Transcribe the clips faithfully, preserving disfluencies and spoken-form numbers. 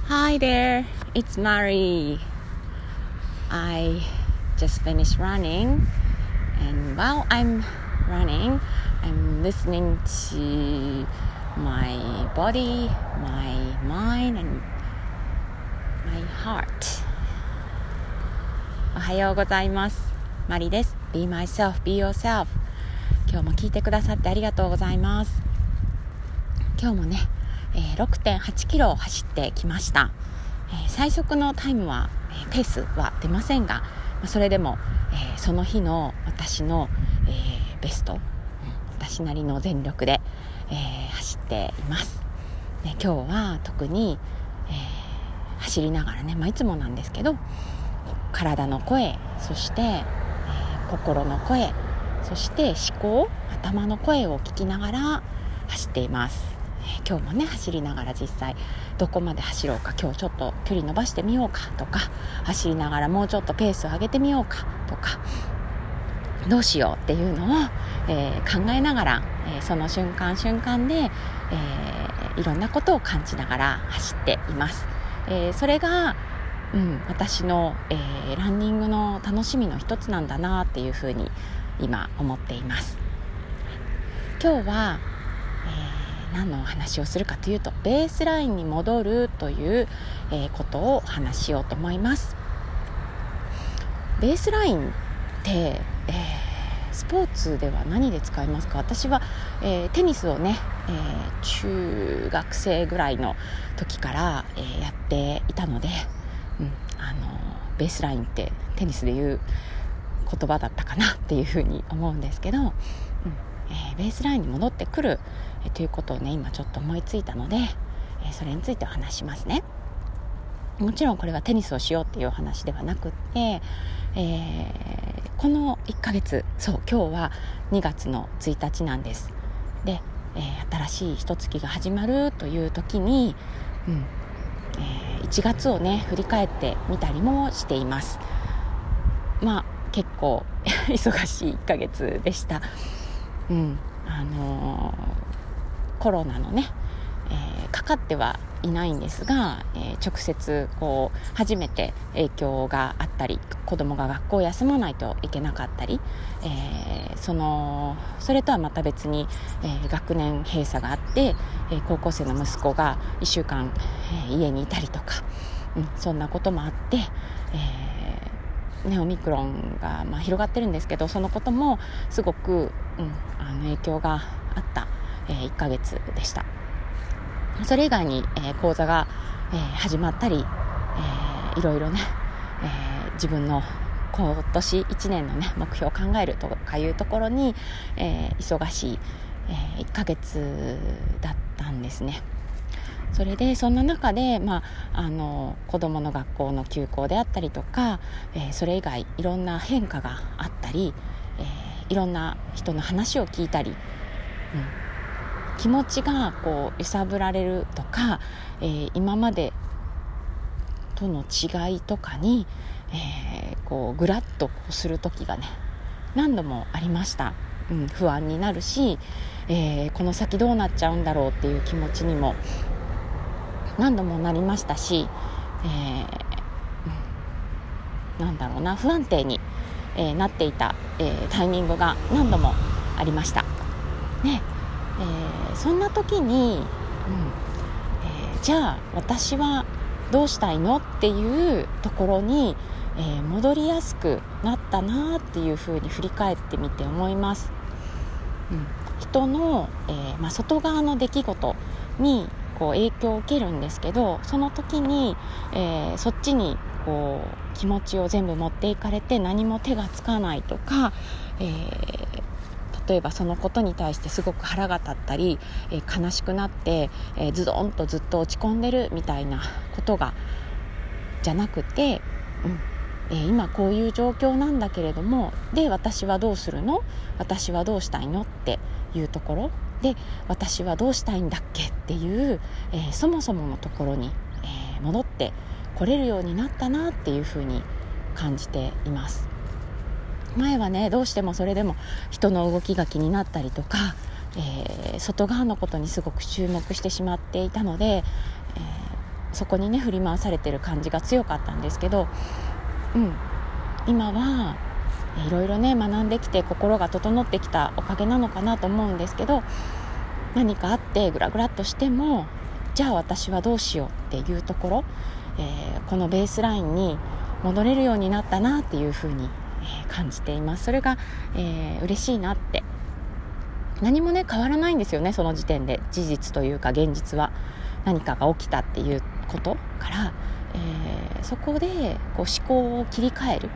Hi there, it's Mari. I just finished running, and while I'm running, I'm listening to my body, my mind, and my heart. おはようございます。マリです。Be myself, be yourself. 今日も聞いてくださってありがとうございます。今日もね、えー、ろくてんはちキロを走ってきました。えー、最速のタイムは、えー、ペースは出ませんが、まあ、それでも、えー、その日の私の、えー、ベスト、うん、私なりの全力で、えー、走っています。で、今日は特に、えー、走りながらね、まあ、いつもなんですけど、体の声、そして、えー、心の声、そして思考、頭の声を聞きながら走っています。今日もね、走りながら実際どこまで走ろうか、今日ちょっと距離伸ばしてみようかとか、走りながらもうちょっとペースを上げてみようかとか、どうしようっていうのを、えー、考えながら、えー、その瞬間瞬間で、えー、いろんなことを感じながら走っています。えー、それが、うん、私の、えー、ランニングの楽しみの一つなんだなっていうふうに今思っています。今日は、えー何のお話をするかというと、ベースラインに戻るという、えー、ことを話しようと思います。ベースラインって、えー、スポーツでは何で使いますか？私は、えー、テニスをね、えー、中学生ぐらいの時から、えー、やっていたので、うん、あのベースラインってテニスでいう言葉だったかなっていうふうに思うんですけど、うんえー、ベースラインに戻ってくる、えー、ということをね、今ちょっと思いついたので、えー、それについてお話しますね。もちろんこれはテニスをしようっていう話ではなくって、えー、このいっかげつ、そう今日はにがつのついたちなんです。で、えー、新しい一月が始まるという時に、うんえー、いちがつをね振り返ってみたりもしています。まあ結構忙しいいっかげつでした。うんあのー、コロナのね、えー、かかってはいないんですが、えー、直接こう初めて影響があったり、子供が学校を休まないといけなかったり、えー、そのそれとはまた別に、えー、学年閉鎖があって、えー、高校生の息子がいっしゅうかん、えー、家にいたりとか、うん、そんなこともあって、えーね、オミクロンが、まあ、広がってるんですけど、そのこともすごく、うん、あの影響があった、えー、いっかげつでした。それ以外に、えー、講座が、えー、始まったり、えー、いろいろね、えー、自分の今年いちねんの、ね、目標を考えるとかいうところに、えー、忙しい、えー、いっかげつだったんですね。それでそんな中で、まあ、あの子どもの学校の休校であったりとか、えー、それ以外いろんな変化があったり、えー、いろんな人の話を聞いたり、うん、気持ちがこう揺さぶられるとか、えー、今までとの違いとかに、えー、こうぐらっとこうする時がね何度もありました。うん、不安になるし、えー、この先どうなっちゃうんだろうっていう気持ちにも何度もなりましたし、えー、なんだろうな不安定に、えー、なっていた、えー、タイミングが何度もありました、ねえー、そんな時に、うんえー、じゃあ私はどうしたいのっていうところに、えー、戻りやすくなったなっていうふうに振り返ってみて思います、うん、人の、えーまあ、外側の出来事にこう影響を受けるんですけど、その時に、えー、そっちにこう気持ちを全部持っていかれて何も手がつかないとか、えー、例えばそのことに対してすごく腹が立ったり、えー、悲しくなって、えー、ズドンとずっと落ち込んでるみたいなことがじゃなくて、うんえー、今こういう状況なんだけれども、で私はどうするの？私はどうしたいの？っていうところで、私はどうしたいんだっけっていう、えー、そもそものところに、えー、戻ってこれるようになったなっていうふうに感じています。前はねどうしてもそれでも人の動きが気になったりとか、えー、外側のことにすごく注目してしまっていたので、えそこにね振り回されてる感じが強かったんですけど、うん、今はいろいろね学んできて心が整ってきたおかげなのかなと思うんですけど、何かあってグラグラっとしても、じゃあ私はどうしようっていうところ、えー、このベースラインに戻れるようになったなっていうふうに、えー、感じています。それが、えー、嬉しいなって。何もね変わらないんですよね、その時点で。事実というか現実は何かが起きたっていうことから、えー、そこでこう思考を切り替える、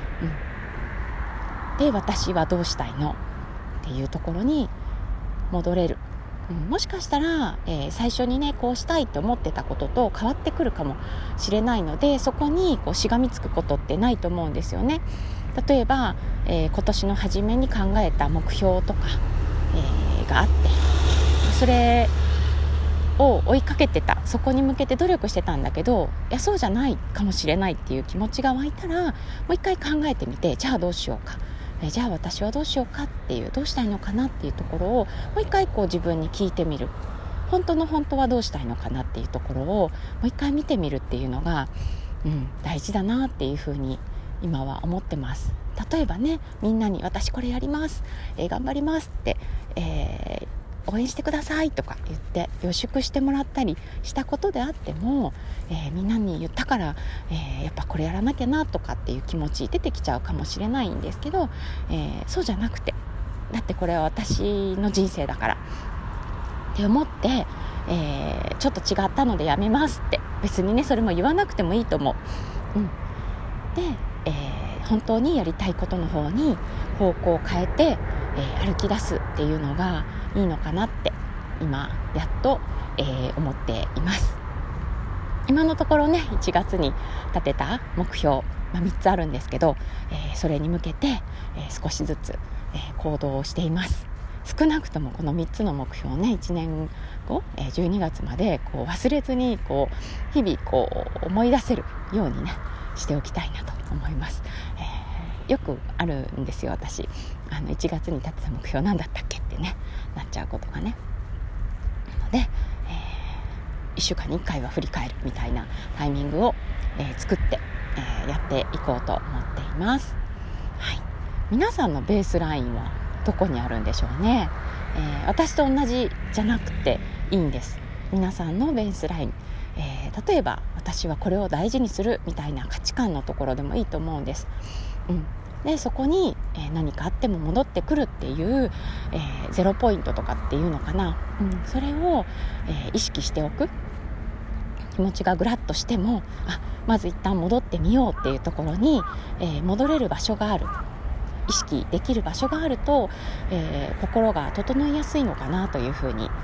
うん、で私はどうしたいのっていうところに戻れる、うん、もしかしたら、えー、最初にねこうしたいと思ってたことと変わってくるかもしれないので、そこにこうしがみつくことってないと思うんですよね。例えば、えー、今年の初めに考えた目標とか、えー、があって、それを追いかけてた、そこに向けて努力してたんだけど、いやそうじゃないかもしれないっていう気持ちが湧いたら、もう一回考えてみて、じゃあどうしようか、えじゃあ私はどうしようかっていう、どうしたいのかなっていうところをもう一回こう自分に聞いてみる。本当の本当はどうしたいのかなっていうところをもう一回見てみるっていうのが、うん、大事だなっていうふうに今は思ってます。例えばね、みんなに私これやります、えー、頑張りますって、えー、応援してくださいとか言って予祝してもらったりしたことであっても、えー、みんなに言ったから、えー、やっぱこれやらなきゃなとかっていう気持ち出てきちゃうかもしれないんですけど、えー、そうじゃなくて、だってこれは私の人生だからって思って、えー、ちょっと違ったのでやめますって、別にねそれも言わなくてもいいと思う、うん、で、えー本当にやりたいことの方に方向を変えて、えー、歩き出すっていうのがいいのかなって今やっと、えー、思っています。今のところねいちがつに立てた目標、まあ、みっつあるんですけど、えー、それに向けて、えー、少しずつ、えー、行動をしています。少なくともこのみっつの目標をねいちねんご、えー、じゅうにがつまでこう忘れずにこう日々こう思い出せるようにねしておきたいなと思います。えー、よくあるんですよ、私あのいちがつに立てた目標なんだったっけってねなっちゃうことがね。なので、えー、いっしゅうかんにいっかいは振り返るみたいなタイミングを、えー、作って、えー、やっていこうと思っています。はい、皆さんのベースラインはどこにあるんでしょうね。えー、私と同じじゃなくていいんです。皆さんのベースライン、えー、例えば私はこれを大事にするみたいな価値観のところでもいいと思うんです、うん、でそこに、えー、何かあっても戻ってくるっていう、えー、ゼロポイントとかっていうのかな、うん、それを、えー、意識しておく。気持ちがぐらっとしてもあまず一旦戻ってみようっていうところに、えー、戻れる場所がある、意識できる場所があると、えー、心が整いやすいのかなというふうに、はい、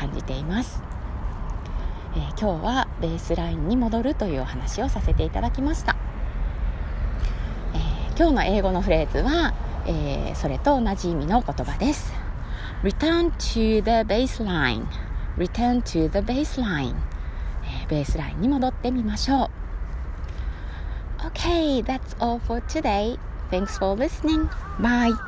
感じています。えー、今日はベースラインに戻るというお話をさせていただきました。えー、今日の英語のフレーズは、えー、それと同じ意味の言葉です。 Return to the baseline Return to the baseline、えー、ベースラインに戻ってみましょう。 Okay, that's all for today. Thanks for listening. Bye.